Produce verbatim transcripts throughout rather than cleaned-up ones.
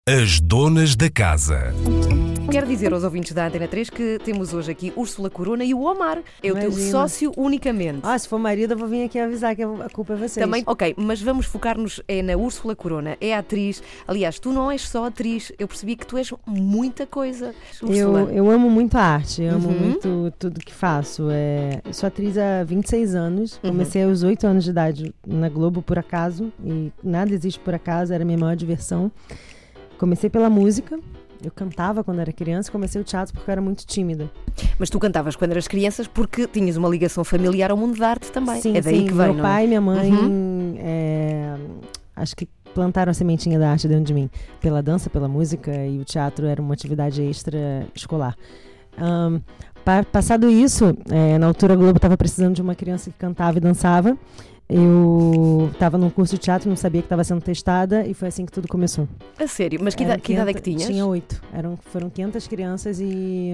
As donas da casa. Quero dizer aos ouvintes da Antena três que temos hoje aqui Úrsula Corona e o Omar. É o teu Imagina. sócio unicamente. Ah, se for marido, eu vou vir aqui avisar que a culpa é vocês. Também, ok, mas vamos focar-nos é na Úrsula Corona. É atriz. Aliás, tu não és só atriz. Eu percebi que tu és muita coisa. Eu, Úrsula. eu amo muito a arte, eu amo Uhum. muito tudo que faço. É, eu sou atriz há vinte e seis anos. Comecei aos oito anos de idade na Globo, por acaso. E nada existe por acaso, era a minha maior diversão. Comecei pela música. Eu cantava quando era criança, comecei o teatro porque eu era muito tímida. Mas tu cantavas quando eras crianças porque tinhas uma ligação familiar ao mundo da arte também. Sim, é daí sim, que vem, meu não pai é? e minha mãe, Uhum. é, acho que plantaram a sementinha da arte dentro de mim. Pela dança, pela música, e o teatro era uma atividade extra escolar. Um, pa- passado isso, é, na altura a Globo estava precisando de uma criança que cantava e dançava. Eu estava num curso de teatro, não sabia que estava sendo testada e foi assim que tudo começou. A sério? Mas que, Eram idade, que idade é que quinhentas tinhas? Tinha oito. Eram, foram quinhentas crianças e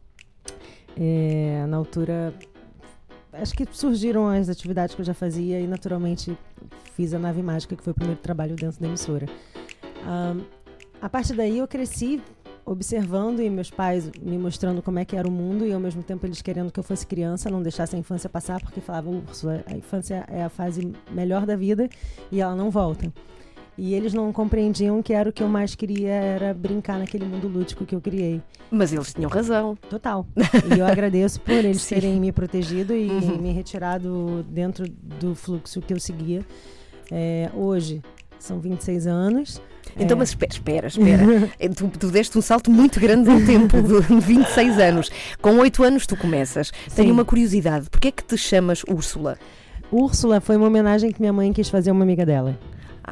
é, na altura acho que surgiram as atividades que eu já fazia e naturalmente fiz a Nave Mágica, que foi o primeiro trabalho dentro da emissora. Um, a partir daí eu cresci observando e meus pais me mostrando como é que era o mundo e ao mesmo tempo eles querendo que eu fosse criança, não deixasse a infância passar, porque falavam, Úrsula, a infância é a fase melhor da vida e ela não volta. E eles não compreendiam que era o que eu mais queria, era brincar naquele mundo lúdico que eu criei. Mas eles tinham razão. Total. E eu agradeço por eles Sim. terem me protegido e Uhum. me retirado dentro do fluxo que eu seguia. É, hoje são vinte e seis anos. Então, É, mas espera, espera, espera. Eh, tu, tu deste um salto muito grande no tempo, de vinte e seis anos. Com oito anos tu começas. Tenho Sim. uma curiosidade. Porquê é que te chamas Úrsula? Úrsula foi uma homenagem que minha mãe quis fazer a uma amiga dela. Ah.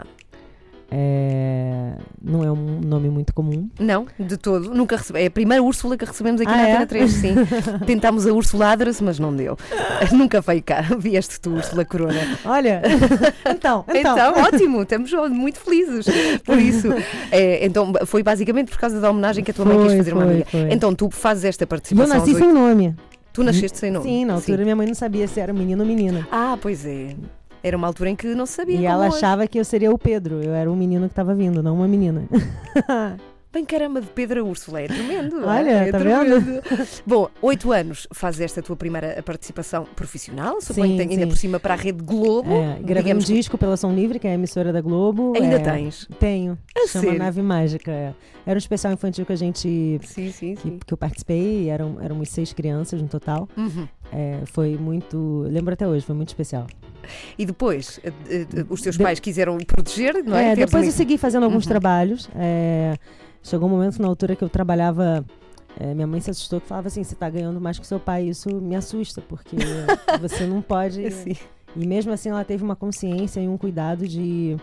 É, não é um nome muito comum. Não, de todo. Nunca recebi. É a primeira Úrsula que recebemos aqui Ah, na é? Antena três, sim. Tentámos a Úrsula Adras, mas não deu. Nunca veio cá. Vieste tu, Úrsula Corona. Olha, então, então. Então, ótimo, estamos muito felizes por isso. É, então, foi basicamente por causa da homenagem que a tua mãe quis Foi, fazer a uma foi, amiga. foi. Então, tu fazes esta E eu participação nasci aos sem oito. nome. Tu nasceste sem nome? Sim, na altura minha mãe não sabia se era menino ou menina. Ah, pois é. Era uma altura em que não se sabia. E como ela hoje. achava que eu seria o Pedro. Eu era um menino que estava vindo, não uma menina. Bem, caramba, de Pedro a Úrsula, é tremendo. Olha, é tá tremendo. Bom, oito anos fazes esta tua primeira participação profissional, suponho que Sim, tem ainda sim. por cima para a Rede Globo. É, gravei um digamos que- disco pela Som Livre, que é a emissora da Globo. Ainda é, tens? Tenho. A Chama sério? Nave Mágica. é. Era um especial infantil que a gente... Sim, sim, Que, sim. que eu participei, eram, éramos seis crianças no total. Uhum. É, foi muito... Lembro até hoje, foi muito especial. E depois, eh, eh, os teus De- pais quiseram proteger, não é? É, Teres depois uma- eu segui fazendo alguns Uhum. trabalhos. é, chegou um momento na altura que eu trabalhava... é, minha mãe se assustou, que falava assim, você está ganhando mais que seu pai. Isso me assusta, porque você não pode... Sim. E mesmo assim ela teve uma consciência e um cuidado de...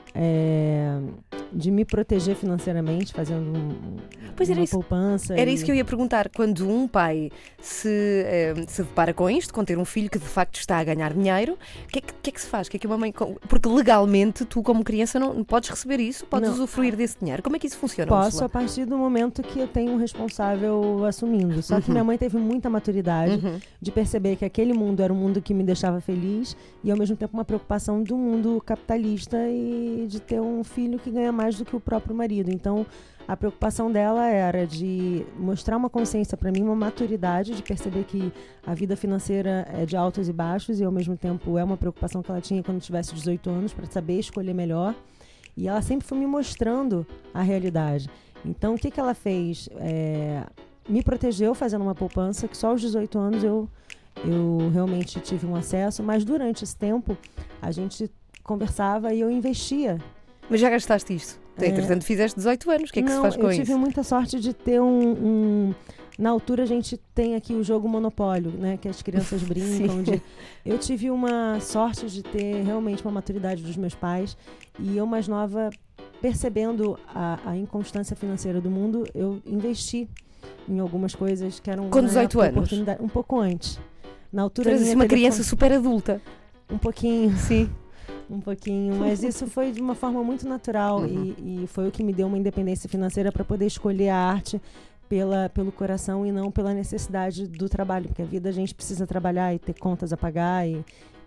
é, de me proteger financeiramente, fazendo um, Pois era uma isso. poupança. Era e- isso que eu ia perguntar. Quando um pai se, eh, se depara com isto, com ter um filho que de facto está a ganhar dinheiro, o que, é que, que é que se faz? Que é que uma mãe... com- Porque legalmente tu, como criança, não, não podes receber isso, podes Não. usufruir desse dinheiro. Como é que isso funciona? Posso Úrsula? a partir do momento que eu tenho um responsável assumindo. Só que minha mãe teve muita maturidade Uhum. de perceber que aquele mundo era um mundo que me deixava feliz e ao mesmo tempo uma preocupação do mundo capitalista e de ter um filho que ganha mais do que o próprio marido. Então a preocupação dela era de mostrar uma consciência para mim, uma maturidade de perceber que a vida financeira é de altos e baixos e ao mesmo tempo é uma preocupação que ela tinha quando tivesse dezoito anos para saber escolher melhor. E ela sempre foi me mostrando a realidade. Então, o que, que ela fez? É, me protegeu fazendo uma poupança, que só aos dezoito anos eu, eu realmente tive um acesso, mas durante esse tempo a gente conversava e eu investia. Mas já gastaste isto? É. Entretanto, fizeste dezoito anos. O que é que Não, se faz com eu tive isso? muita sorte de ter um, um- Na altura a gente tem aqui o jogo Monopólio, né? Que as crianças brincam. de... Eu tive uma sorte de ter realmente uma maturidade dos meus pais. E eu, mais nova, percebendo a, a inconstância financeira do mundo, eu investi em algumas coisas que eram... Com na dezoito época, anos? oportunidade- Um pouco antes. Na altura... Trazes minha uma telefone- criança super adulta. Um pouquinho. Sim. Um pouquinho, mas isso foi de uma forma muito natural Uhum. e, e foi o que me deu uma independência financeira para poder escolher a arte pela, pelo coração e não pela necessidade do trabalho, porque a vida a gente precisa trabalhar e ter contas a pagar e,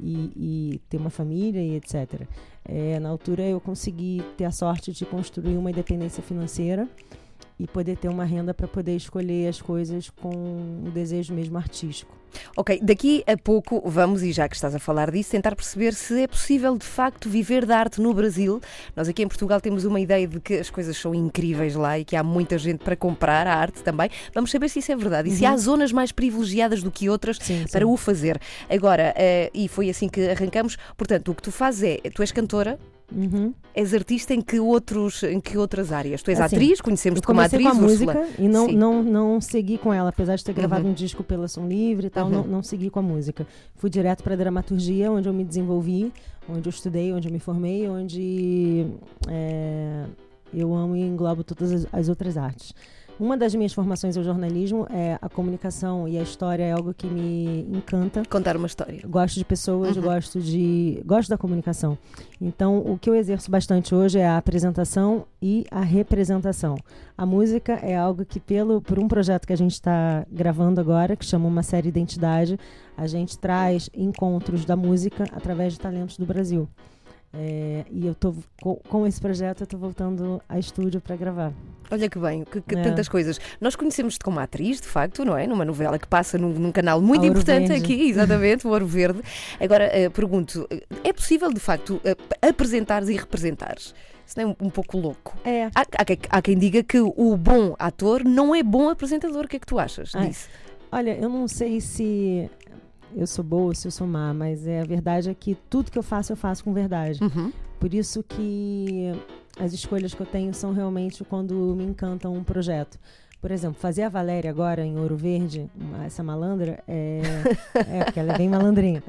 e, e ter uma família e etcétera. É, na altura eu consegui ter a sorte de construir uma independência financeira e poder ter uma renda para poder escolher as coisas com um desejo mesmo artístico. Ok, daqui a pouco vamos, e já que estás a falar disso, tentar perceber se é possível de facto viver da arte no Brasil. Nós aqui em Portugal temos uma ideia de que as coisas são incríveis lá e que há muita gente para comprar a arte também. Vamos saber se isso é verdade e uhum. se há zonas mais privilegiadas do que outras sim, para sim. o fazer. Agora, uh, e foi assim que arrancamos, portanto, o que tu fazes é, tu és cantora, Uhum. és artista em que, outros, em que outras áreas? Tu és assim, atriz, conhecemos-te como atriz, com a Úrsula. música e não, não, não segui com ela, apesar de ter gravado uhum. um disco pela Som Livre e tal, uhum. não, não segui com a música. Fui direto para a dramaturgia, onde eu me desenvolvi, onde eu estudei, onde eu me formei, onde é, eu amo e englobo todas as, as outras artes. Uma das minhas formações é o jornalismo, é a comunicação e a história é algo que me encanta. Contar uma história. Gosto de pessoas, uhum. gosto de gosto da comunicação. Então, o que eu exerço bastante hoje é a apresentação e a representação. A música é algo que, pelo, por um projeto que a gente está gravando agora, que chama Uma Série Identidade, a gente traz encontros da música através de talentos do Brasil. É, e eu tô com, com esse projeto eu estou voltando a estúdio para gravar. Olha que bem, que, que é. tantas coisas. Nós conhecemos-te como atriz, de facto, não é? Numa novela que passa num, num canal muito Ouro importante Verde. aqui, exatamente, o Ouro Verde. Agora, uh, pergunto, é possível de facto uh, apresentares e representares? Isso não é um, um pouco louco? É. Há, há, há quem diga que o bom ator não é bom apresentador. O que é que tu achas ah, disso? Olha, eu não sei se eu sou boa ou se eu sou má, mas é, a verdade é que tudo que eu faço, eu faço com verdade. Uhum. Por isso que as escolhas que eu tenho são realmente quando me encanta um projeto. Por exemplo, fazer a Valéria agora em Ouro Verde, essa malandra, é, é porque ela é bem malandrinha.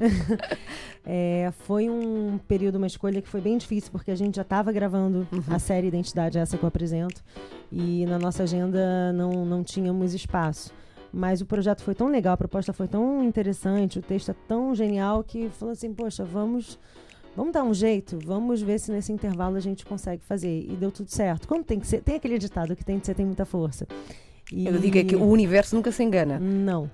É, foi um período, uma escolha que foi bem difícil, porque a gente já estava gravando uhum. a série Identidade, essa que eu apresento, e na nossa agenda não, não tínhamos espaço. Mas o projeto foi tão legal, a proposta foi tão interessante, o texto é tão genial que falou assim, poxa, vamos... Vamos dar um jeito, vamos ver se nesse intervalo a gente consegue fazer. E deu tudo certo. Como tem que ser? Tem aquele ditado que tem de ser, tem muita força. E... Eu digo é que o universo nunca se engana. Não.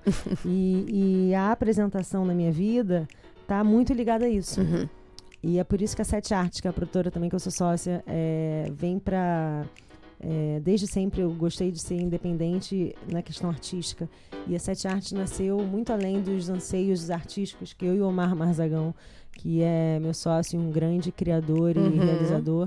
e, e a apresentação na minha vida está muito ligada a isso. Uhum. E é por isso que a Sete Artes, que é a produtora também que eu sou sócia, é, vem para... É, desde sempre eu gostei de ser independente na questão artística. E a Sete Artes nasceu muito além dos anseios artísticos que eu e o Omar Marzagão, que é meu sócio, um grande criador e uhum. realizador,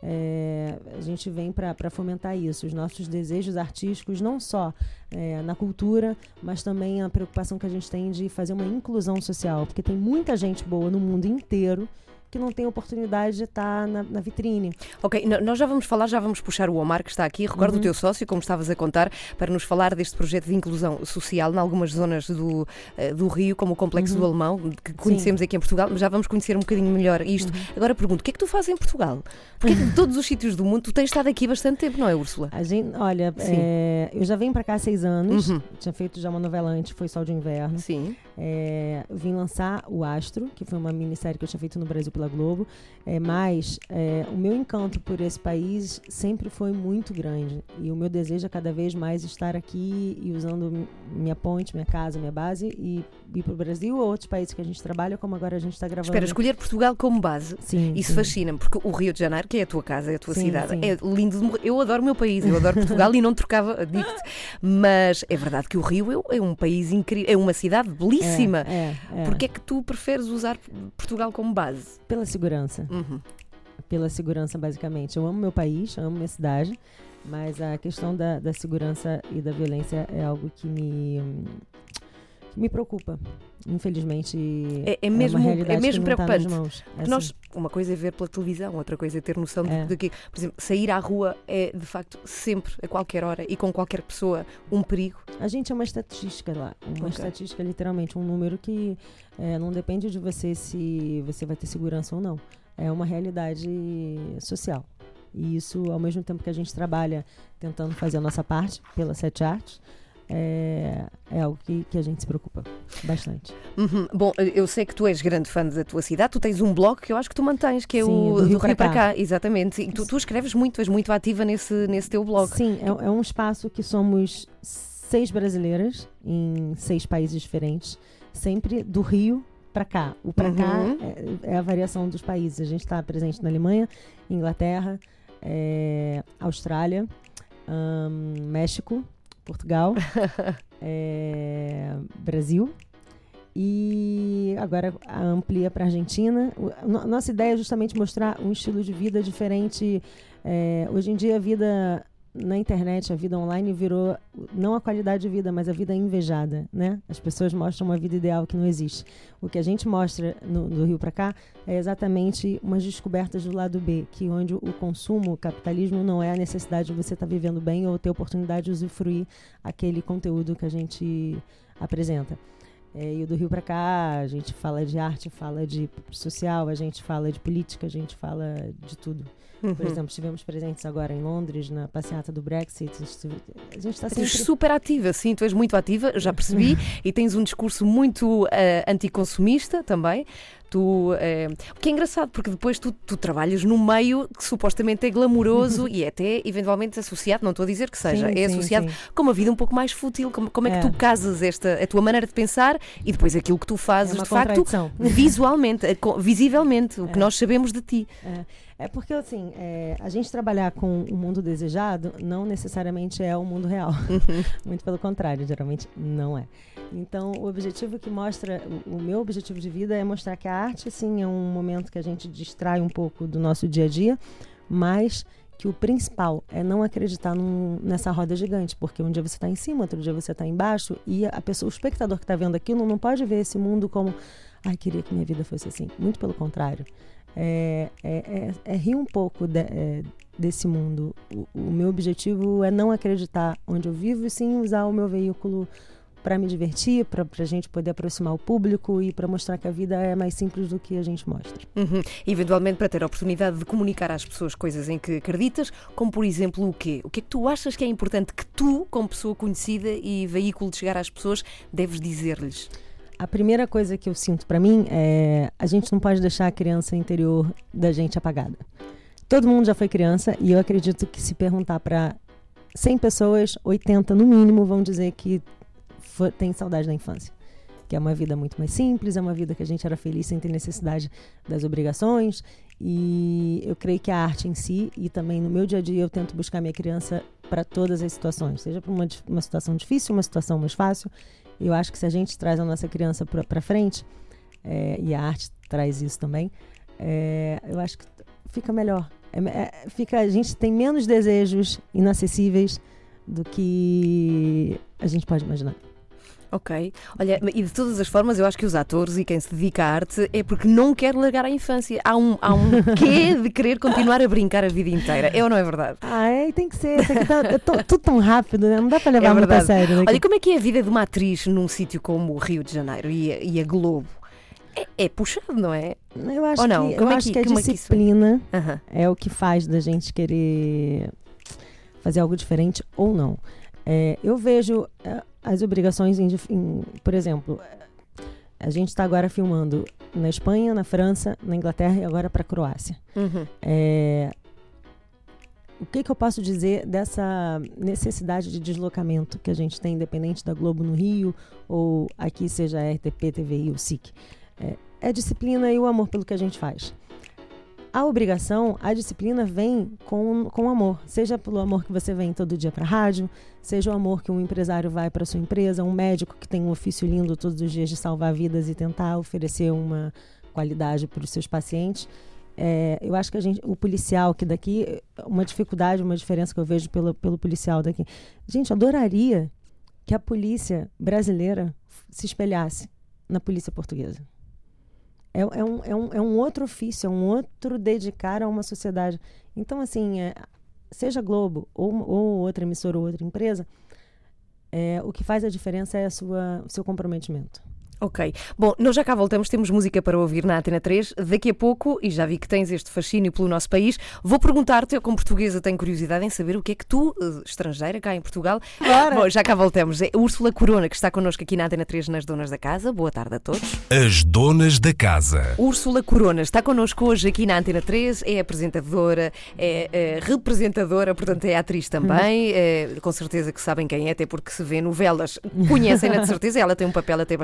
é, a gente vem para fomentar isso, os nossos desejos artísticos, não só é, na cultura, mas também a preocupação que a gente tem de fazer uma inclusão social, porque tem muita gente boa no mundo inteiro que não tem oportunidade de estar na, na vitrine. Ok, n- nós já vamos falar, já vamos puxar o Omar que está aqui. Recordo uhum. o teu sócio, como estavas a contar, para nos falar deste projeto de inclusão social em algumas zonas do, uh, do Rio, como o Complexo uhum. do Alemão, que conhecemos Sim. aqui em Portugal, mas já vamos conhecer um bocadinho melhor isto. Uhum. Agora pergunto, o que é que tu fazes em Portugal? Porque de todos os sítios do mundo tu tens estado aqui bastante tempo, não é, Úrsula? A gente, olha, é, eu já venho para cá há seis anos, uhum. tinha feito já uma novela antes, foi Sol de Inverno. Sim. É, vim lançar o Astro, que foi uma minissérie que eu tinha feito no Brasil pela Globo. É, mas é, o meu encanto por esse país sempre foi muito grande e o meu desejo é cada vez mais estar aqui e usando minha ponte, minha casa, minha base e ir para o Brasil ou outros países que a gente trabalha, como agora a gente está gravando. Espera, escolher Portugal como base, sim, isso sim. fascina-me, porque o Rio de Janeiro, que é a tua casa, é a tua sim, cidade, sim. é lindo de morrer. Eu adoro o meu país, eu adoro Portugal e não trocava, digo-te, mas é verdade que o Rio é, é um país incrível, é uma cidade belíssima. É, é, é. Porquê é que tu preferes usar Portugal como base? Pela segurança. Uhum. Pela segurança, basicamente. Eu amo meu país, amo minha cidade, mas a questão da, da segurança e da violência é algo que me, que me preocupa. Infelizmente, é, é mesmo, é uma realidade é mesmo que não preocupante. Tá nas mãos. É Nós, assim. uma coisa é ver pela televisão, outra coisa é ter noção de, é. de que, por exemplo, sair à rua é de facto sempre, a qualquer hora e com qualquer pessoa, um perigo. A gente é uma estatística lá, uma okay. estatística literalmente, um número que é, não depende de você se você vai ter segurança ou não. É uma realidade social. E isso, ao mesmo tempo que a gente trabalha tentando fazer a nossa parte pela Sete Artes, é, é algo que, que a gente se preocupa bastante. Uhum. Bom, eu sei que tu és grande fã da tua cidade, tu tens um blog que eu acho que tu mantens, que é Sim, o do Rio, do Rio para cá. cá. Exatamente. E tu, tu escreves muito, és muito ativa nesse, nesse teu blog. Sim, é, é um espaço que somos seis brasileiras em seis países diferentes, sempre do Rio para cá. O para Uhum. cá é, é a variação dos países. A gente está presente na Alemanha, Inglaterra, é, Austrália, hum, México, Portugal, é, Brasil. E agora amplia para a Argentina. O- no- Nossa ideia é justamente mostrar um estilo de vida diferente. É, hoje em dia, a vida na internet, a vida online virou não a qualidade de vida, mas a vida invejada, né? As pessoas mostram uma vida ideal que não existe. O que a gente mostra no, do Rio para cá é exatamente umas descobertas do lado B, que onde o consumo, o capitalismo não é a necessidade de você estar vivendo bem ou ter oportunidade de usufruir aquele conteúdo que a gente apresenta. É, e o do Rio para cá, a gente fala de arte, fala de social, a gente fala de política, a gente fala de tudo. Por Uhum. exemplo, estivemos presentes agora em Londres, na passeata do Brexit. A gente está Tu sempre... és super ativa, sim, tu és muito ativa, já percebi, e tens um discurso muito eh, anticonsumista também. Tu, eh, o que é engraçado, porque depois tu, tu trabalhas num meio que supostamente é glamouroso e é até eventualmente associado, não estou a dizer que seja, Sim, é sim, associado sim. com uma vida um pouco mais fútil. Como, como é que É. tu casas esta, a tua maneira de pensar e depois aquilo que tu fazes, É uma de facto, contradição. visualmente, eh, co- visivelmente, o que É. nós sabemos de ti. É, é porque, assim, é, a gente trabalhar com o mundo desejado não necessariamente é o mundo real. Muito pelo contrário, geralmente não é. Então, o objetivo que mostra, o, o meu objetivo de vida é mostrar que a arte, sim, é um momento que a gente distrai um pouco do nosso dia a dia, mas que o principal é não acreditar num, nessa roda gigante, porque um dia você está em cima, outro dia você está embaixo, e a pessoa, o espectador que está vendo aquilo não pode ver esse mundo como, ai, queria que minha vida fosse assim. Muito pelo contrário. É, é, é, é rir um pouco de, é, desse mundo. O, o meu objetivo é não acreditar onde eu vivo, e sim usar o meu veículo para me divertir, para a gente poder aproximar o público e para mostrar que a vida é mais simples do que a gente mostra. Uhum. Eventualmente para ter a oportunidade de comunicar às pessoas coisas em que acreditas, como por exemplo o quê? O que é que tu achas que é importante que tu, como pessoa conhecida e veículo de chegar às pessoas, deves dizer-lhes? A primeira coisa que eu sinto para mim é a gente não pode deixar a criança interior da gente apagada. Todo mundo já foi criança e eu acredito que se perguntar para cem pessoas, oitenta no mínimo vão dizer que foi, tem saudade da infância. Que é uma vida muito mais simples, é uma vida que a gente era feliz sem ter necessidade das obrigações. E eu creio que a arte em si, e também no meu dia a dia, eu tento buscar minha criança para todas as situações. Seja para uma, uma situação difícil, uma situação mais fácil. Eu acho que se a gente traz a nossa criança para frente, é, e a arte traz isso também, é, eu acho que fica melhor. É, é, fica, a gente tem menos desejos inacessíveis do que a gente pode imaginar. Ok. Olha, e de todas as formas, eu acho que os atores e quem se dedica à arte é porque não quer largar a infância. Há um, há um quê de querer continuar a brincar a vida inteira. É ou não é verdade? Ah, é, tem que ser. Tem que tá, é to- tudo tão rápido, né? Não dá para levar É muito a verdade. sério. Né? Olha, como é que é a vida de uma atriz num sítio como o Rio de Janeiro e a, e a Globo? É, é puxado, não é? Eu acho Ou não? que, eu Como é acho que- que a como é que isso é? disciplina Aham. é o que faz da gente querer fazer algo diferente ou não. É, eu vejo é, as obrigações, em, dif- em, por exemplo, é, a gente está agora filmando na Espanha, na França, na Inglaterra e agora para a Croácia. Uhum. É, o que, que eu posso dizer dessa necessidade de deslocamento que a gente tem, independente da Globo no Rio ou aqui seja a R T P, T V I ou S I C? É, é a disciplina e o amor pelo que a gente faz. A obrigação, a disciplina vem com, com amor. Seja pelo amor que você vem todo dia para a rádio, seja o amor que um empresário vai para sua empresa, um médico que tem um ofício lindo todos os dias de salvar vidas e tentar oferecer uma qualidade para os seus pacientes. É, eu acho que a gente, o policial que daqui, uma dificuldade, uma diferença que eu vejo pelo, pelo policial daqui. Gente, eu adoraria que a polícia brasileira se espelhasse na polícia portuguesa. É, é, um, é, um, é um outro ofício, é um outro dedicar a uma sociedade. Então, assim, é, seja Globo ou, ou outra emissora ou outra empresa, é, o que faz a diferença é a sua, o seu comprometimento. Ok. Bom, nós já cá voltamos, temos música para ouvir na Antena três. Daqui a pouco, e já vi que tens este fascínio pelo nosso país, vou perguntar-te, eu como portuguesa tenho curiosidade em saber o que é que tu, estrangeira, cá em Portugal... Bora. Bom, já cá voltamos. É a Úrsula Corona, que está connosco aqui na Antena três nas Donas da Casa. Boa tarde a todos. As Donas da Casa. Úrsula Corona está connosco hoje aqui na Antena três, é apresentadora, é, é representadora, portanto é atriz também, é, com certeza que sabem quem é, até porque se vê novelas, conhecem-na de certeza, ela tem um papel até bastante importante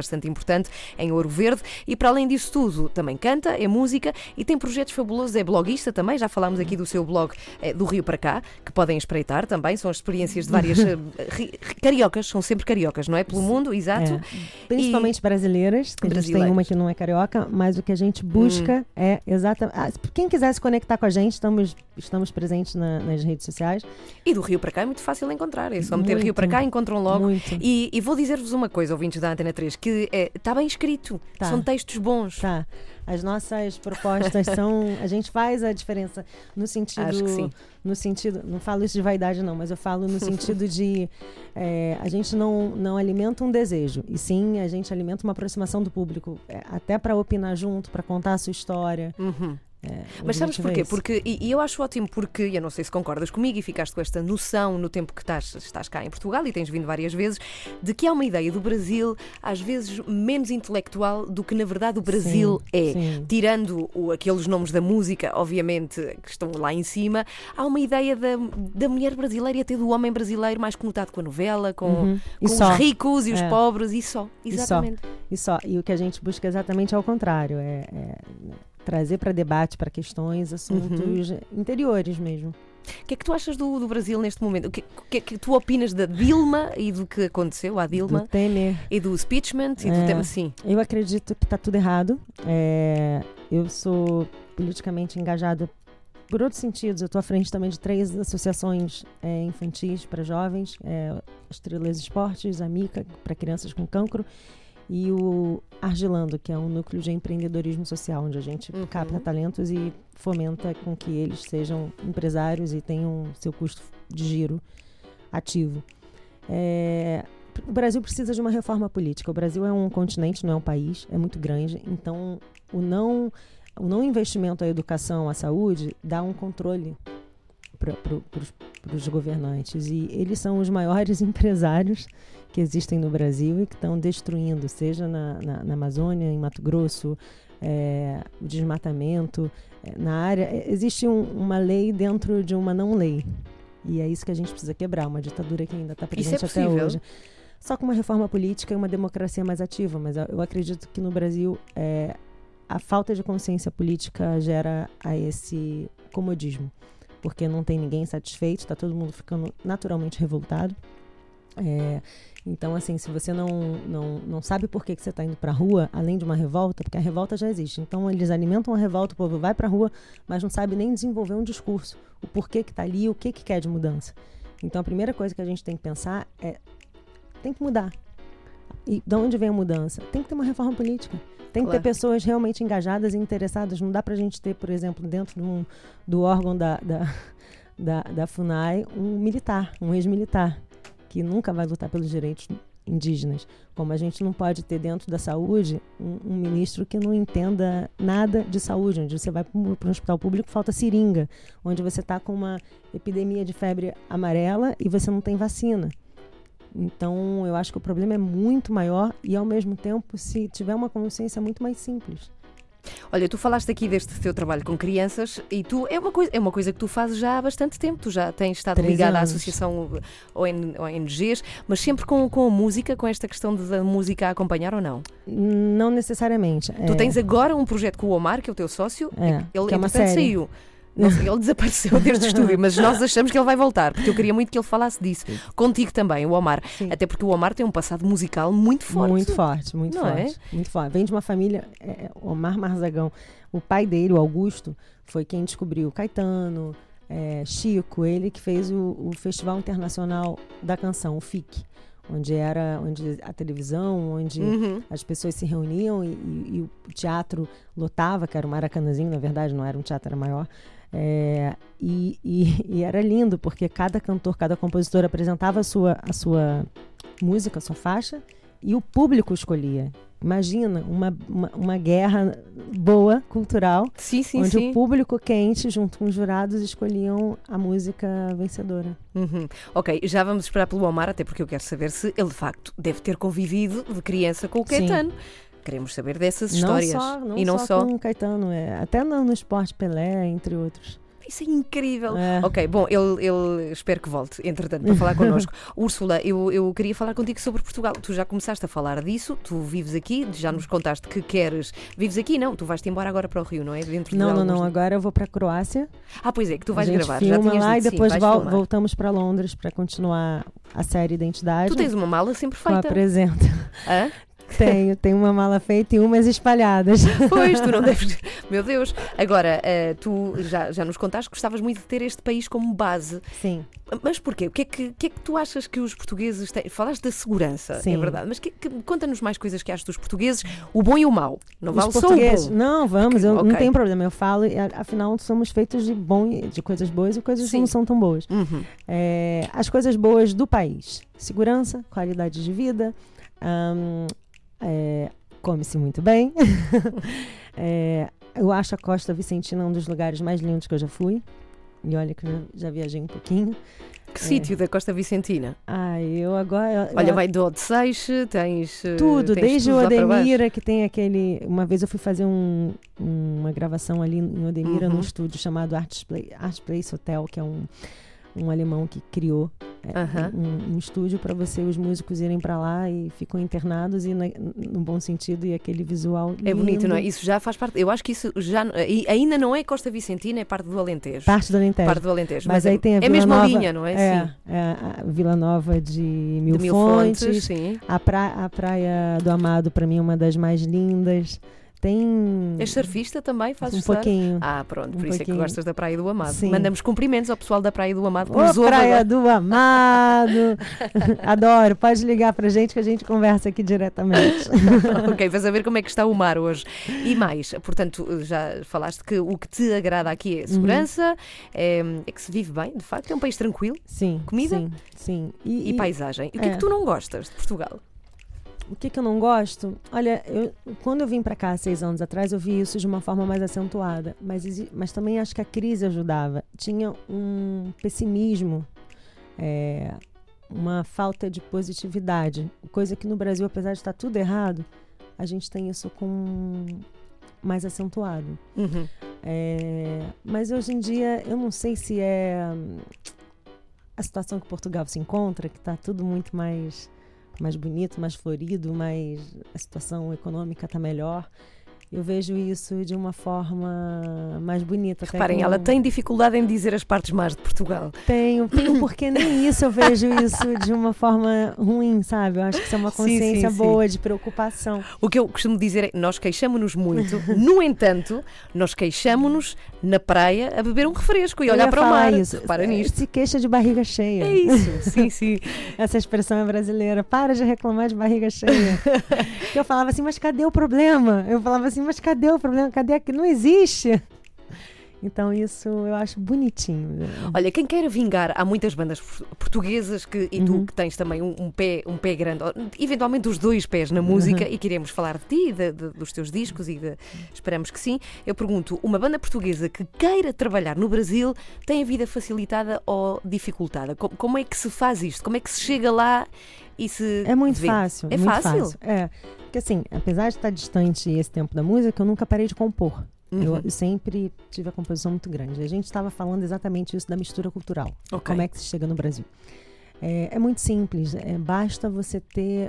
portanto, em Ouro Verde. E para além disso tudo, também canta, é música e tem projetos fabulosos, é bloguista também, já falámos aqui do seu blog é, do Rio para cá, que podem espreitar também, são as experiências de várias uh, cariocas, são sempre cariocas, não é? Pelo mundo, exato. É. Principalmente e... brasileiras, que a gente tem uma que não é carioca, mas o que a gente busca hum. é exatamente... Ah, quem quiser se conectar com a gente, estamos, estamos presentes na, nas redes sociais. E do Rio para cá é muito fácil encontrar, é só meter muito, Rio para cá, encontram logo. E, e vou dizer-vos uma coisa, ouvintes da Antena três, que está é, bem escrito, tá. São textos bons. Tá. As nossas propostas são... A gente faz a diferença no sentido... Acho que sim. No sentido... Não falo isso de vaidade não, mas eu falo no sentido de... É, a gente não, não alimenta um desejo, e sim a gente alimenta uma aproximação do público, é, até para opinar junto, para contar a sua história. Uhum. É, mas sabes porquê? Porque, e, e eu acho ótimo porque, eu não sei se concordas comigo e ficaste com esta noção no tempo que estás, estás cá em Portugal e tens vindo várias vezes, de que há uma ideia do Brasil às vezes menos intelectual do que na verdade o Brasil sim, é. Sim. Tirando o, aqueles nomes da música, obviamente, que estão lá em cima, há uma ideia da, da mulher brasileira e até do homem brasileiro mais conotado com a novela, com, uhum. com os ricos e os é. pobres e só. Exatamente. E só. e só. E o que a gente busca exatamente é o contrário, é... é... trazer para debate, para questões, assuntos uhum. interiores mesmo. O que é que tu achas do, do Brasil neste momento? O que, que é que tu opinas da Dilma e do que aconteceu à Dilma? Do Temer. E do impeachment e é, do tema, sim. Eu acredito que está tudo errado. É, eu sou politicamente engajada por outros sentidos. Eu estou à frente também de três associações é, infantis para jovens. É, Estrelas Esportes, a Mica, para crianças com cancro. E o Argilando, que é um núcleo de empreendedorismo social, onde a gente uhum. capta talentos e fomenta com que eles sejam empresários e tenham seu custo de giro ativo. É, o Brasil precisa de uma reforma política. O Brasil é um continente, não é um país, é muito grande. Então, o não, o não investimento à educação, à saúde, dá um controle para pro, os governantes. E eles são os maiores empresários que existem no Brasil e que estão destruindo, seja na, na, na Amazônia, em Mato Grosso, é, o desmatamento. É, na área, existe um, uma lei dentro de uma não-lei. E é isso que a gente precisa quebrar, uma ditadura que ainda está presente é até hoje. Só com uma reforma política e uma democracia mais ativa. Mas eu acredito que no Brasil é, a falta de consciência política gera a esse comodismo. Porque não tem ninguém satisfeito, está todo mundo ficando naturalmente revoltado. É, então, assim, se você não, não, não sabe por que, que você está indo para a rua, além de uma revolta, porque a revolta já existe. Então, eles alimentam a revolta, o povo vai para a rua, mas não sabe nem desenvolver um discurso. O porquê que está ali, o que, que quer de mudança. Então, a primeira coisa que a gente tem que pensar é, tem que mudar. E de onde vem a mudança? Tem que ter uma reforma política. Tem que claro. ter pessoas realmente engajadas e interessadas. Não dá para a gente ter, por exemplo, dentro do, do órgão da, da, da, da FUNAI, um militar, um ex-militar, que nunca vai lutar pelos direitos indígenas. Como a gente não pode ter dentro da saúde um, um ministro que não entenda nada de saúde, onde você vai para um hospital público, falta seringa, onde você está com uma epidemia de febre amarela e você não tem vacina. Então, eu acho que o problema é muito maior e, ao mesmo tempo, se tiver uma consciência muito mais simples. Olha, tu falaste aqui deste teu trabalho com crianças e tu é uma coisa, é uma coisa que tu fazes já há bastante tempo. Tu já tens estado ligada à associação O N Gs, mas sempre com, com a música, com esta questão de, da música a acompanhar ou não? Não necessariamente. Tu é... tens agora um projeto com o Omar, que é o teu sócio, é, ele que é uma entretanto série. saiu. Nossa, ele desapareceu deste estúdio, mas nós achamos que ele vai voltar, porque eu queria muito que ele falasse disso. Sim. Contigo também, o Omar. Sim. Até porque o Omar tem um passado musical muito forte. Muito forte, muito Não forte. É? Muito forte. Vem de uma família, é, Omar Marzagão. O pai dele, o Augusto, foi quem descobriu Caetano, é, Chico, ele que fez o, o Festival Internacional da Canção, o F I C. Onde era onde a televisão, onde uhum. as pessoas se reuniam e, e, e o teatro lotava, que era um Maracanãzinho, na verdade, não era um teatro, era maior. É, e, e, e era lindo, porque cada cantor, cada compositor apresentava a sua, a sua música, a sua faixa, e o público escolhia. Imagina uma, uma, uma guerra boa, cultural, sim, sim, onde sim. o público quente, junto com os jurados, escolhiam a música vencedora. Uhum. Ok, já vamos esperar pelo Omar, até porque eu quero saber se ele, de facto, deve ter convivido de criança com o Caetano. Sim. Queremos saber dessas histórias. Não só, não e não só, só com o Caetano, é, até no, no esporte Pelé, entre outros. Isso é incrível. É. Ok, bom, ele, ele espero que volte, entretanto, para falar connosco. Úrsula, eu, eu queria falar contigo sobre Portugal. Tu já começaste a falar disso, tu vives aqui, já nos contaste que queres. Vives aqui? Não, tu vais-te embora agora para o Rio, não é? Dentro de Não, não, alguns... não. Agora eu vou para a Croácia. Ah, pois é, que tu vais a gente gravar. Filma já tinhas lá dito, e depois sim, vol- filmar. voltamos para Londres para continuar a série Identidade. Tu tens uma mala sempre Com a feita. Apresenta. Hã? Tenho, tenho uma mala feita e umas espalhadas. Pois, tu não deves. Meu Deus. Agora, uh, tu já, já nos contaste que gostavas muito de ter este país como base. Sim. Mas porquê? O que é que, que, é que tu achas que os portugueses têm? Falaste da segurança, Sim. é verdade. Mas que, que, conta-nos mais coisas que achas dos portugueses, o bom e o mau. Não Os vale só o portugueses. bom. Não, vamos, eu Ok. não tenho problema. Eu falo, e, a- afinal, somos feitos de bom, e- de coisas boas e coisas que Sim. não são tão boas. Uhum. É, as coisas boas do país: segurança, qualidade de vida, hum, é, come-se muito bem. É, eu acho a Costa Vicentina um dos lugares mais lindos que eu já fui. E olha que eu já, já viajei um pouquinho. Que sítio da Costa Vicentina? Ai, eu agora. eu- Olha, eu- vai do Odeceixe, tens. eh, Tudo, tens desde tudo o lá para baixo. Odemira, que tem aquele. Uma vez eu fui fazer um- uma gravação ali em Odemira, Uhum. num estúdio chamado Arts Place, Arts Place Hotel, que é um, um alemão que criou é, Aham. um, um estúdio para você, os músicos irem para lá e ficam internados e na, no bom sentido, e aquele visual É bonito, lindo. não é? Isso já faz parte. Eu acho que isso já e ainda não é Costa Vicentina, é parte do Alentejo. Parte do Alentejo. Parte do Alentejo. Mas, aí é, tem a é Vila mesmo a Nova, linha, não é? É, Sim. é a Vila Nova de Mil, De Mil Fontes. Fontes, sim. A, pra, a Praia do Amado, para mim, é uma das mais lindas. Tem És surfista também? Fazes um surf? pouquinho. Ah, pronto, por Um isso é que pouquinho. gostas da Praia do Amado. Sim. Mandamos cumprimentos ao pessoal da Praia do Amado que Ô, nos ouve Praia agora. do Amado! Adoro, pode ligar pra gente que a gente conversa aqui diretamente. Ok, vais a ver como é que está o mar hoje. E mais, portanto, já falaste que o que te agrada aqui é a segurança, é, é que se vive bem, de facto, é um país tranquilo. Sim. Comida? Sim, sim. E, paisagem. E o que é que é. tu não gostas de Portugal? O que, que eu não gosto? Olha, eu, quando eu vim para cá há seis anos atrás, eu vi isso de uma forma mais acentuada. Mas, exi- mas também acho que a crise ajudava. Tinha um pessimismo, é, uma falta de positividade. Coisa que no Brasil, apesar de estar tudo errado, a gente tem isso com mais acentuado. Uhum. É, mas hoje em dia, eu não sei se é hum, a situação que Portugal se encontra, que está tudo muito mais, mais bonito, mais florido, mais, a situação econômica está melhor. Eu vejo isso de uma forma mais bonita. até Reparem, com- ela tem dificuldade em dizer as partes más de Portugal. Tenho, tenho, porque nem isso eu vejo isso de uma forma ruim, sabe? Eu acho que isso é uma Sim, consciência sim, sim. boa, de preocupação. O que eu costumo dizer é que nós queixamo-nos muito, no entanto, nós queixamo-nos na praia a beber um refresco e Eu olhar ia para o falar mar. isso. Repara nisto. Se queixa de barriga cheia. É isso, sim, sim. Essa expressão é brasileira. Para de reclamar de barriga cheia. Eu falava assim, mas cadê o problema? Eu falava assim, mas cadê o problema? Cadê aqui? Não existe. Então isso eu acho bonitinho. Olha, quem queira vingar, há muitas bandas por- portuguesas que, e tu Uhum. que tens também um, um pé, um pé grande, ou, eventualmente os dois pés na música, Uhum. e queremos falar de ti, de- de- dos teus discos, e de- esperamos que sim. Eu pergunto, uma banda portuguesa que queira trabalhar no Brasil tem a vida facilitada ou dificultada? Co- Como é que se faz isto? Como é que se chega lá e se É muito vê? fácil. É muito fácil? É. Porque assim, apesar de estar distante esse tempo da música, eu nunca parei de compor. Uhum. Eu, eu sempre tive a composição muito grande. A gente estava falando exatamente isso da mistura cultural. Ok. Como é que se chega no Brasil? É, é muito simples. É, basta você ter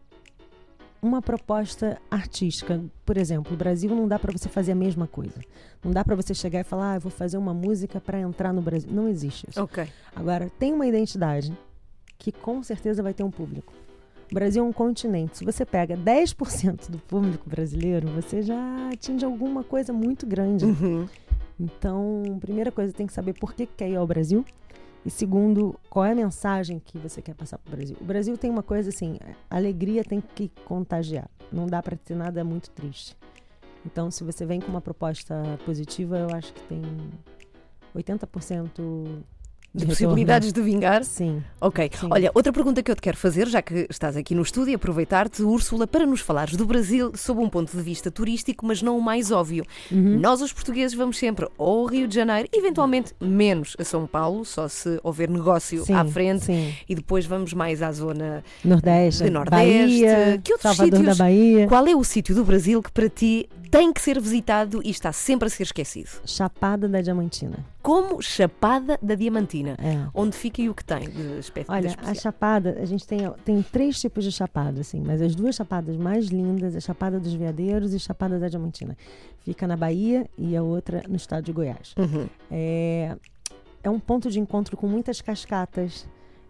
uma proposta artística. Por exemplo, no Brasil não dá para você fazer a mesma coisa. Não dá para você chegar e falar, ah, eu vou fazer uma música para entrar no Brasil. Não existe isso. Ok. Agora, tem uma identidade que com certeza vai ter um público. O Brasil é um continente. Se você pega dez por cento do público brasileiro, você já atinge alguma coisa muito grande. Uhum. Então, primeira coisa, tem que saber por que quer ir ao Brasil. E segundo, qual é a mensagem que você quer passar para o Brasil. O Brasil tem uma coisa assim, a alegria tem que contagiar. Não dá para ter nada muito triste. Então, se você vem com uma proposta positiva, eu acho que tem oitenta por cento De retorno. possibilidades de vingar? Sim. Ok. Sim. Olha, outra pergunta que eu te quero fazer, já que estás aqui no estúdio, e aproveitar-te, Úrsula, para nos falares do Brasil sob um ponto de vista turístico, mas não o mais óbvio. Uhum. Nós, os portugueses, vamos sempre ao Rio de Janeiro, eventualmente menos a São Paulo, só se houver negócio Sim, à frente, sim. e depois vamos mais à zona Nordeste, de Nordeste. Bahia, Que outros Salvador sítios? da Bahia. Qual é o sítio do Brasil que para ti tem que ser visitado e está sempre a ser esquecido? Chapada da Diamantina. Como Chapada da Diamantina. É. Onde fica e o que tem de espécie Olha, de a especial? Chapada, a gente tem, tem três tipos de chapada, assim, mas as duas chapadas mais lindas é Chapada dos Veadeiros e Chapada da Diamantina. Fica na Bahia e a outra no estado de Goiás. Uhum. É, é um ponto de encontro com muitas cascatas.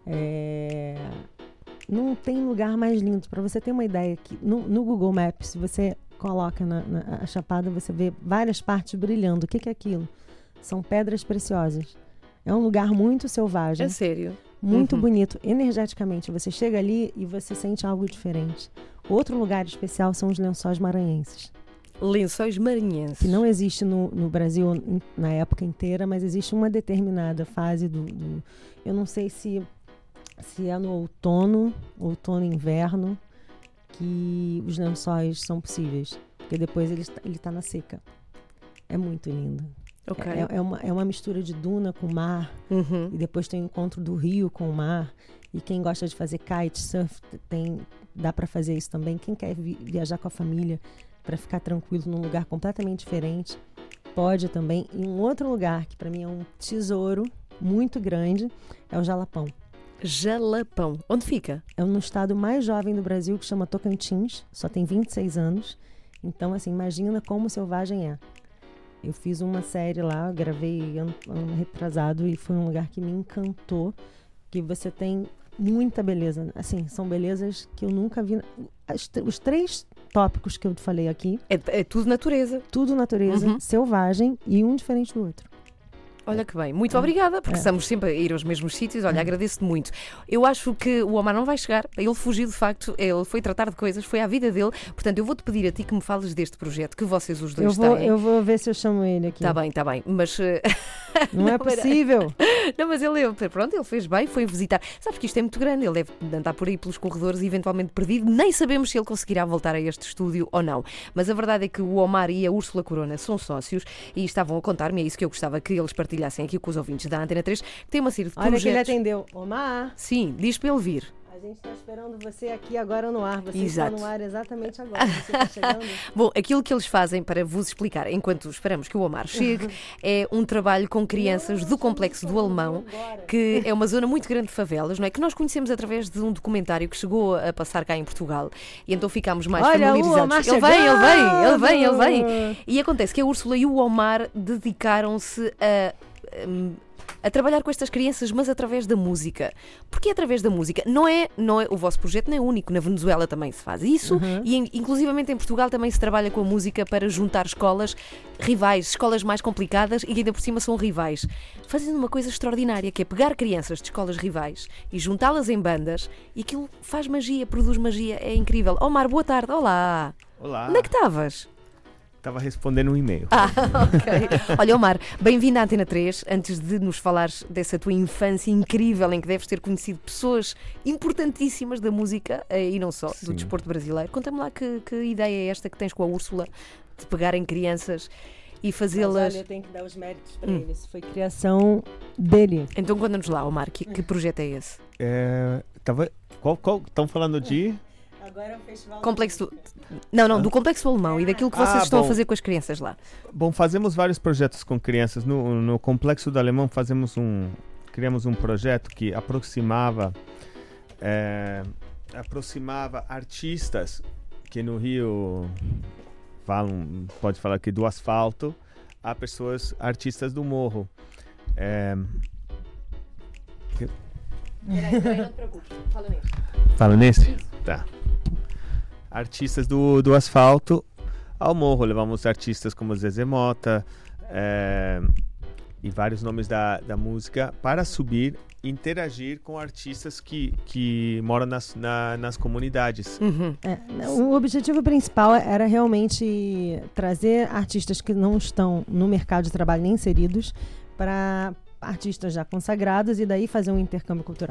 É, não tem lugar mais lindo. Para você ter uma ideia, que no, no Google Maps, se você coloca na, na a Chapada, você vê várias partes brilhando. O que, que é aquilo? São pedras preciosas. É um lugar muito selvagem. É sério? Muito Uhum. bonito, energeticamente. Você chega ali e você sente algo diferente. Outro lugar especial são os lençóis maranhenses, Lençóis maranhenses. que não existe no, no Brasil in- na época inteira, mas existe uma determinada fase do... do- eu não sei se, se é no outono, outono e inverno, que os lençóis são possíveis. Porque depois ele está, ele está na seca. É muito lindo. Ok. É, é uma, é uma mistura de duna com mar. Uhum. E depois tem o encontro do rio com o mar. E quem gosta de fazer kitesurf, tem, dá para fazer isso também. Quem quer vi- viajar com a família para ficar tranquilo num lugar completamente diferente, pode também. E um outro lugar que para mim é um tesouro muito grande é o Jalapão. Jalapão. Onde fica? É no estado mais jovem do Brasil, que chama Tocantins. Só tem vinte e seis anos. Então, assim, imagina como selvagem é. Eu fiz uma série lá, gravei ano, ano retrasado e foi um lugar que me encantou, que você tem muita beleza. Assim, são belezas que eu nunca vi. As, os três tópicos que eu te falei aqui, É, é tudo natureza. tudo natureza, Uhum. selvagem e um diferente do outro. Olha que bem. Muito obrigada, porque É. estamos sempre a ir aos mesmos sítios. Olha, agradeço-te muito. Eu acho que o Omar não vai chegar. Ele fugiu, de facto. Ele foi tratar de coisas, foi à vida dele. Portanto, eu vou-te pedir a ti que me fales deste projeto que vocês os Eu dois vou, têm. eu vou ver se eu chamo ele aqui. Está bem, está bem. Mas... eh, Não é Não, era- possível. Não, mas ele, ele- pronto, ele fez bem, foi visitar. Sabes que isto é muito grande, ele deve andar por aí pelos corredores e eventualmente perdido. Nem sabemos se ele conseguirá voltar a este estúdio ou não. Mas a verdade é que o Omar e a Úrsula Corona são sócios e estavam a contar-me, é isso que eu gostava que eles partilhassem aqui com os ouvintes da Antena três, que tem uma série de Olha que ele projetos. atendeu. Omar, Sim, diz para ele vir. a gente está esperando você aqui agora no ar. Você Exato. está no ar exatamente agora. Você está chegando. Bom, aquilo que eles fazem, para vos explicar, enquanto esperamos que o Omar chegue, é um trabalho com crianças do Complexo do Alemão, que é uma zona muito grande de favelas, não é? Que nós conhecemos através de um documentário que chegou a passar cá em Portugal. E então ficámos mais Olha, o familiarizados. Omar Ele vem, ele vem, ele vem, ele vem. chegando! E acontece que a Úrsula e o Omar dedicaram-se a... hum, a trabalhar com estas crianças, mas através da música. Porque é através da música. Não é, não é, o vosso projeto não é único. Na Venezuela também se faz isso. Uhum. E in- inclusivamente em Portugal também se trabalha com a música para juntar escolas rivais, escolas mais complicadas e que ainda por cima são rivais. Fazendo uma coisa extraordinária, que é pegar crianças de escolas rivais e juntá-las em bandas, e aquilo faz magia, produz magia. É incrível. Omar, boa tarde. Olá. Olá, Onde é que estavas? estava respondendo um e-mail. Ah, ok. Olha, Omar, bem-vindo à Antena três. Antes de nos falares dessa tua infância incrível em que deves ter conhecido pessoas importantíssimas da música eh, e não só, do Sim. desporto brasileiro, conta-me lá que, que ideia é esta que tens com a Úrsula de pegarem crianças e Mas fazê-las. olha, eu tenho que dar os méritos para Hum. ele. Isso foi criação dele. Então conta-nos lá, Omar, que, que projeto é esse? É, tava, qual, qual, estão falando de... Agora é o festival. Complexo do... Não, não, do Complexo Alemão e daquilo que vocês Ah, estão a bom. fazer com as crianças lá. Bom, fazemos vários projetos com crianças. No, no Complexo do Alemão fazemos um, criamos um projeto que aproximava, é, aproximava artistas que no Rio falam, pode falar aqui do asfalto, a pessoas, artistas do morro. É, Não te preocupes, fala nisso. Fala nesse? Tá. Artistas do, do asfalto ao morro. Levamos artistas como Zezé Mota é, e vários nomes da, da música para subir, interagir com artistas que, que moram nas, na, nas comunidades. Uhum. É, o objetivo principal era realmente trazer artistas que não estão no mercado de trabalho nem inseridos para artistas já consagrados e daí fazer um intercâmbio cultural.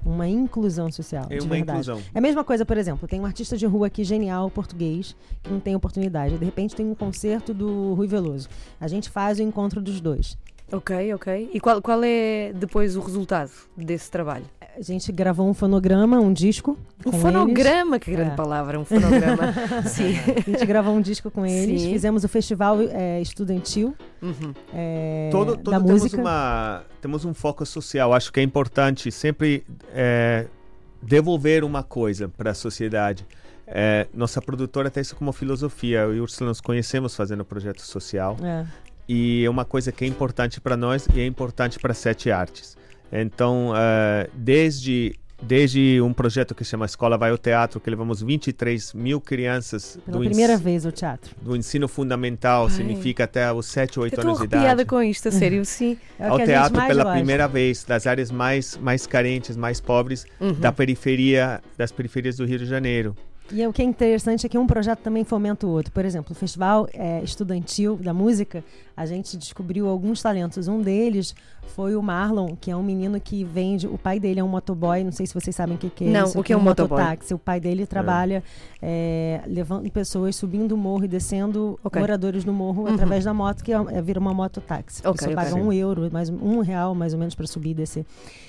uma inclusão social. É de uma verdade. inclusão. É a mesma coisa, por exemplo, tem um artista de rua aqui genial, português, que não tem oportunidade. De repente tem um concerto do Rui Veloso. A gente faz o encontro dos dois. Ok, ok. E qual, qual é depois o resultado desse trabalho? A gente gravou um fonograma, um disco. Um com fonograma, eles. que grande É. palavra, um fonograma. Sim. A gente gravou um disco com eles, Sim. fizemos o festival é, estudantil Uhum. é, Todo, da todo temos, música. uma, temos um foco social. Acho que é importante sempre é, devolver uma coisa para a sociedade. É, nossa produtora tem isso como filosofia. Eu e o Úrsula nos conhecemos fazendo projeto social. É. E é uma coisa que é importante para nós e é importante para Sete Artes. Então, uh, desde, desde um projeto que se chama Escola Vai ao Teatro, que levamos vinte e três mil crianças Pela do, primeira ens vez o teatro. do ensino fundamental, Ai. significa até os sete ou Eu oito estou anos de arrepiada idade, com isto, a sério, sim. É o ao que a gente teatro mais pela gosta. primeira vez, das áreas mais, mais carentes, mais pobres Uhum. da periferia, das periferias do Rio de Janeiro. E o que é interessante é que um projeto também fomenta o outro. Por exemplo, o Festival é, Estudantil da Música, a gente descobriu alguns talentos. Um deles foi o Marlon, que é um menino que vende... O pai dele é um motoboy, não sei se vocês sabem o que, que é Não, isso. o que é um motoboy? mototáxi. O pai dele trabalha é, levando pessoas, subindo o morro e descendo Ok. moradores do morro Uhum. através da moto, que é, é, vira uma mototáxi. A Ok, pessoa ok. paga um euro, mais, um real mais ou menos para subir e descer.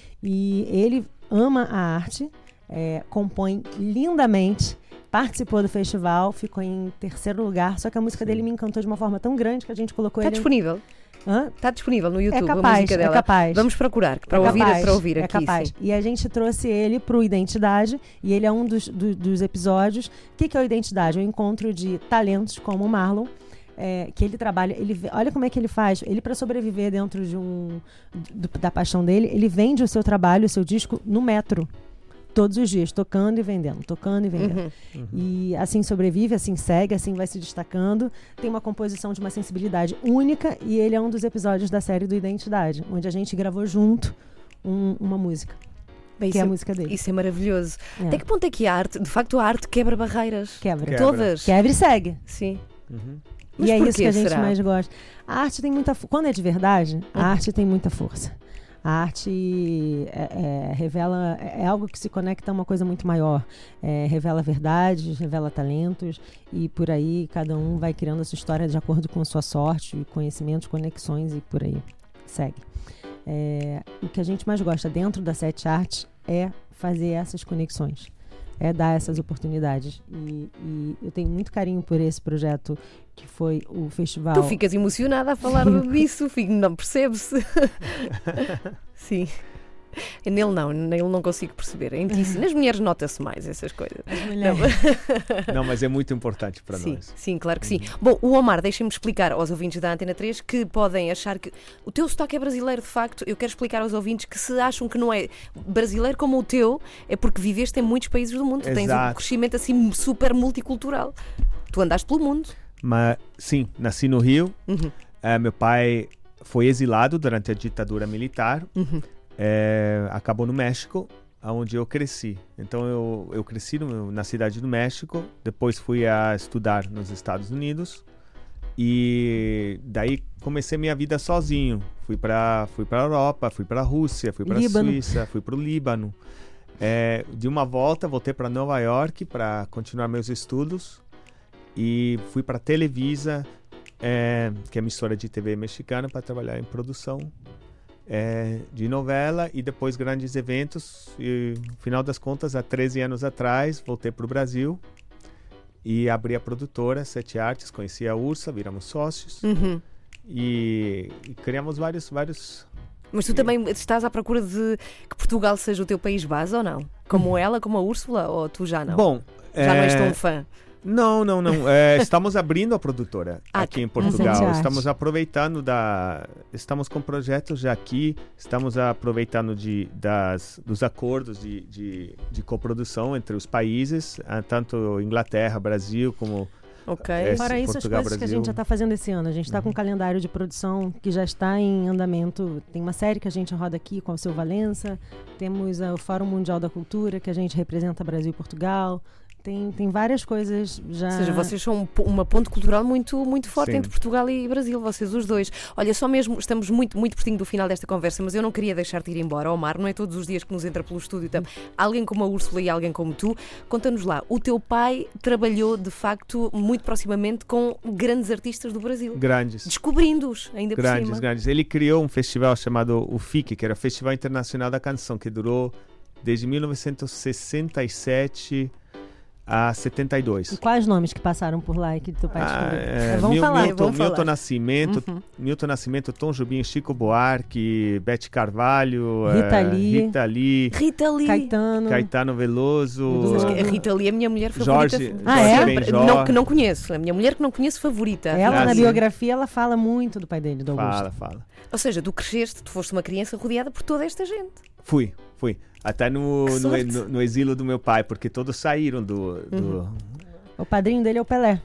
E ele ama a arte, é, compõe lindamente, participou do festival, ficou em terceiro lugar, só que a música Sim. dele me encantou de uma forma tão grande que a gente colocou Está ele... disponível? Hã? Está disponível no É YouTube a capaz, música é dela. capaz. Vamos procurar, para, É ouvir, capaz, para ouvir é aqui. capaz. Sim. E a gente trouxe ele para o Identidade, e ele é um dos, do- dos episódios. O que, que é o Identidade? É um encontro de talentos como o Marlon, é, que ele trabalha, ele, ve- olha como é que ele faz. Ele, para sobreviver dentro de um, do- da paixão dele, ele vende o seu trabalho, o seu disco, no metro. Todos os dias, tocando e vendendo, tocando e vendendo. Uhum. E assim sobrevive, assim segue, assim vai se destacando. Tem uma composição de uma sensibilidade única e ele é um dos episódios da série do Identidade, onde a gente gravou junto um- uma música, Bem, que é isso, a música dele. isso é maravilhoso. É. Até que ponto é que a arte, de facto, a arte quebra barreiras? Quebra. Quebra. Todas? Quebra e segue. Sim. Uhum. Mas e é por isso quê, que a gente será? mais gosta. A arte tem muita... fo- Quando é de verdade, a Uhum. arte tem muita força. A arte é, é, revela... É algo que se conecta a uma coisa muito maior. É, revela verdades, revela talentos. E por aí, cada um vai criando a sua história de acordo com a sua sorte, conhecimentos, conexões e por aí. Segue. É, o que a gente mais gosta dentro da Sete Artes é fazer essas conexões. É dar essas oportunidades. E, e eu tenho muito carinho por esse projeto que foi o festival. Tu ficas emocionada a falar disso, fico, não percebe-se. Sim. Nele não, nele não consigo perceber. Em ti, sim. Nas mulheres nota-se mais essas coisas. As mulheres. Não, mas é muito importante para Sim, nós. sim, claro que sim. Bom, o Omar, deixem-me explicar aos ouvintes da Antena três que podem achar que o teu sotaque é brasileiro, de facto. Eu quero explicar aos ouvintes que se acham que não é brasileiro como o teu, é porque viveste em muitos países do mundo. Tu tens um Exato. crescimento assim super multicultural. Tu andaste pelo mundo. Mas, sim, nasci no Rio. Uhum, Eh, meu pai foi exilado durante a ditadura militar. uhum. É, acabou no México, onde eu cresci. Então eu, eu cresci no, na cidade do México, depois fui a estudar nos Estados Unidos e daí comecei minha vida sozinho. Fui para fui para Europa, fui para a Rússia, fui para a Líbano. Suíça, fui para o Líbano. É, de uma volta voltei para Nova York para continuar meus estudos e fui para Televisa, é, que é emissora de T V mexicana, para trabalhar em produção É, de novela e depois grandes eventos. E no final das contas, há treze anos atrás, voltei para o Brasil e abri a produtora Sete Artes, conheci a Ursa, viramos sócios Uhum. e, e criamos vários, vários... Mas tu também estás à procura de que Portugal seja o teu país base ou não? Como ela, como a Úrsula, ou tu já não? Bom, já não és é, tão fã? Não, não, não. É, estamos abrindo a produtora Ah, aqui em Sete Portugal. Artes. Estamos aproveitando da... Estamos com projetos já aqui. Estamos aproveitando de, das, dos acordos de, de, de coprodução entre os países, ah, tanto Inglaterra, Brasil, como... Ok. É, Fora isso, Portugal, as coisas que a Brasil. gente já está fazendo esse ano. A gente está com um calendário de produção que já está em andamento. Tem uma série que a gente roda aqui com o Seu Valença. Temos ah, o Fórum Mundial da Cultura, que a gente representa Brasil e Portugal. tem, tem várias coisas já. Ou seja, vocês são um po- uma ponte cultural muito, muito forte Sim. entre Portugal e Brasil, vocês os dois. Olha, só mesmo, estamos muito, muito pertinho do final desta conversa, mas eu não queria deixar-te ir embora, Omar, não é todos os dias que nos entra pelo estúdio tam- alguém como a Úrsula e alguém como tu. Conta-nos lá, o teu pai trabalhou de facto muito proximamente com grandes artistas do Brasil, Grandes. descobrindo-os ainda por Grandes, cima. grandes. Ele criou um festival chamado o F I C, que era o Festival Internacional da Canção, que durou desde mil novecentos e sessenta e sete a setenta e dois. E quais nomes que passaram por lá e que teu pai Ah, descobriu? é, vamos Mil- falar. Milton, vamos falar. Milton Nascimento, Uhum. Milton Nascimento, Tom Jobim, Chico Buarque, Bete Carvalho, Rita eh, Lee. Rita Lee, Rita Lee. Caetano. Caetano Veloso, Veloso. A Rita Lee é a minha mulher favorita. Jorge, Ah, Jorge é? Benjor. Não, que não conheço. A minha mulher que não conheço favorita. Ela, Ah, na sim. biografia, ela fala muito do pai dele, do Augusto. Fala, fala. Ou seja, tu cresceste, tu foste uma criança rodeada por toda esta gente. Fui, fui. Até no, Que no, sorte. no- no exílio do meu pai, porque todos saíram do... do... Uhum. O padrinho dele é o Pelé.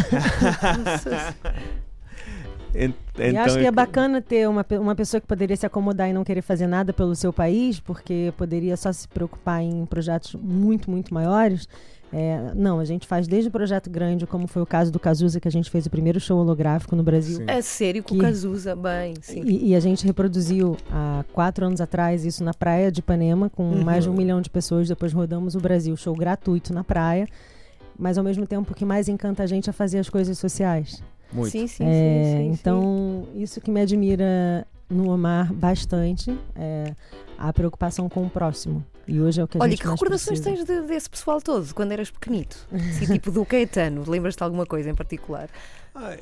En- e então, acho que é eu- bacana ter uma, pe- uma pessoa que poderia se acomodar e não querer fazer nada pelo seu país, porque poderia só se preocupar em projetos muito, muito maiores. É, não, a gente faz desde o projeto grande, como foi o caso do Cazuza, que a gente fez o primeiro show holográfico no Brasil. Sim. A sério, com o Que- Cazuza, bem, sim. E, e a gente reproduziu há quatro anos atrás isso na praia de Ipanema, com Uhum. mais de um milhão de pessoas. Depois rodamos o Brasil, show gratuito na praia. Mas ao mesmo tempo o que mais encanta a gente é fazer as coisas sociais. Muito. Sim, sim, É, sim, sim, então, isso que me admira no Omar bastante é a preocupação com o próximo. E hoje é o que a Olha, gente que mais recordações precisa. tens de- desse pessoal todo, quando eras pequenito? Assim, tipo do Caetano, lembras-te de alguma coisa em particular? Ai,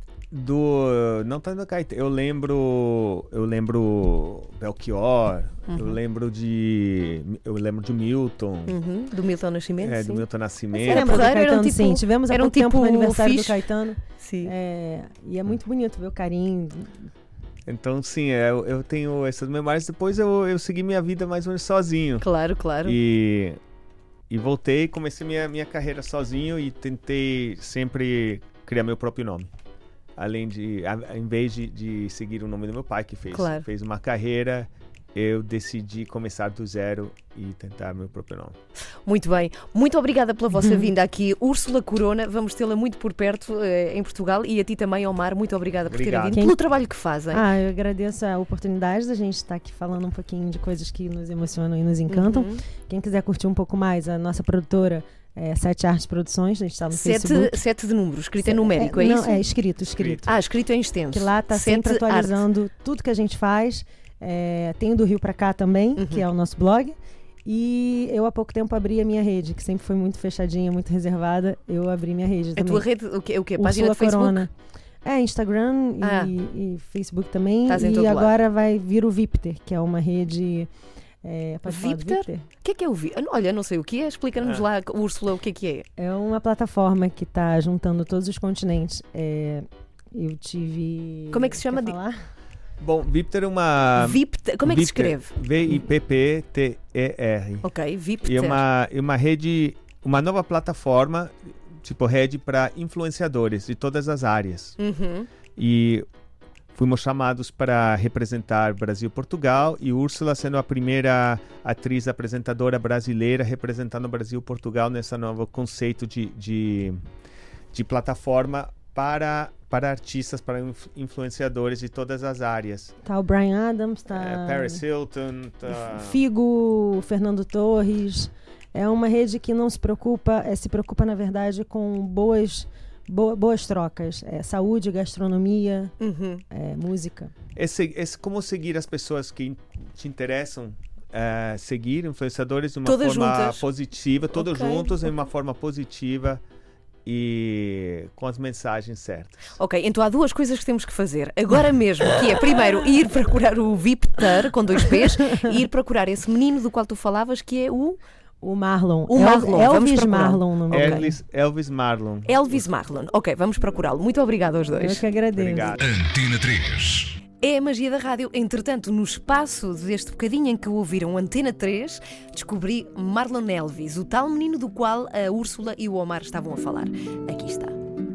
do não tanto do Caetano, eu lembro eu lembro Belchior, eu lembro de eu lembro de Milton, Uhum, do Milton Nascimento, é, sim. do Milton Você Nascimento. Era lembra do porreiro, Caetano? eram tipo- Sim, tivemos há eram pouco tempo tipo no aniversário fixe. do Caetano. Sim. É, e é muito bonito ver o carinho. Então sim, é, eu, eu tenho essas memórias. Depois eu, eu segui minha vida mais ou menos sozinho Claro, claro. e e voltei, comecei minha minha carreira sozinho e tentei sempre criar meu próprio nome. Além de, a- em vez de, de seguir o nome do meu pai, que fez, Claro. fez uma carreira, eu decidi começar do zero e tentar meu próprio nome. Muito bem. Muito obrigada pela vossa vinda aqui. Úrsula Corona, vamos tê-la muito por perto eh, em Portugal e a ti também, Omar. Muito obrigada por terem Obrigado. vindo, Quem- pelo trabalho que fazem. Ah, eu agradeço a oportunidade da gente estar aqui falando um pouquinho de coisas que nos emocionam e nos encantam. Uhum. Quem quiser curtir um pouco mais, a nossa produtora é Sete Artes Produções, a gente está no Sete, Facebook. sete de número, escrito em numérico, é, não, isso? é escrito, escrito. Ah, escrito em extenso. Que lá está sempre Sete atualizando tudo que a gente faz. É, tem o do Rio pra cá também, Uhum. que é o nosso blog. E eu há pouco tempo abri a minha rede, que sempre foi muito fechadinha, muito reservada. Eu abri minha rede A também. tua rede, o que? O quê? Página Úrsula de Facebook? Corona. É, Instagram e, Ah. e Facebook também. Estás em todo E lado. agora vai vir o Vipter, que é uma rede. É, pode falar do Vipter? Vipter? O que é que é o Vi? Olha, não sei o que é. Explica-nos Ah. lá, Úrsula, o que é que é. É uma plataforma que está juntando todos os continentes. É, eu tive. Como é que se chama Quer de- falar? Bom, Vipter é uma... Vipter. Como é que se Vipter, escreve? V I P P T E R. Ok, Vipter. E é uma, é uma rede, uma nova plataforma, tipo rede para influenciadores de todas as áreas. Uhum. E fomos chamados para representar Brasil e Portugal, e Úrsula sendo a primeira atriz apresentadora brasileira representando Brasil e Portugal nesse novo conceito de, de, de plataforma para, para artistas, para inf- influenciadores de todas as áreas. Tá o Brian Adams, tá. É, Paris Hilton, tá... Figo, Fernando Torres. É uma rede que não se preocupa, é, se preocupa, na verdade, com boas, boa- boas trocas. É, saúde, gastronomia, Uhum. é, música. Esse, esse, como seguir as pessoas que in- te interessam, eh, seguir influenciadores de uma Todas forma juntas. positiva, todos Ok, juntos, em ok. uma forma positiva e com as mensagens certas. Ok, então há duas coisas que temos que fazer. Agora mesmo, que é primeiro ir procurar o Vipter, com dois P's, e ir procurar esse menino do qual tu falavas, que é o O Marlon. O El- Marlon, vamos Elvis procurar. Marlon no meu Ok. Elvis, Elvis Marlon. Elvis Marlon. Ok, vamos procurá-lo. Muito obrigada aos Eu dois. que agradeço. Obrigado. Antena três. É a magia da rádio. Entretanto, no espaço deste bocadinho em que ouviram Antena três, descobri Marlon Elvis, o tal menino do qual a Úrsula e o Omar estavam a falar. Aqui está.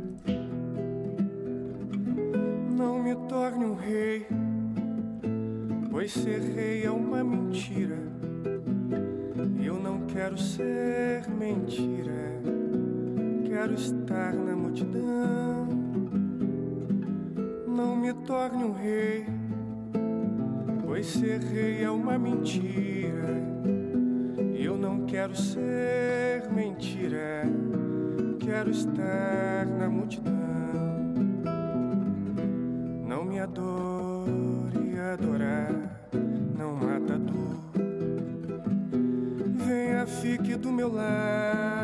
Não me torne um rei, pois ser rei é uma mentira. Eu não quero quero ser mentira, quero estar na multidão. Não me torne um rei, pois ser rei é uma mentira. E eu não quero ser mentira, quero estar na multidão. Não me adore, adorar não mata a dor. Venha, fique do meu lado,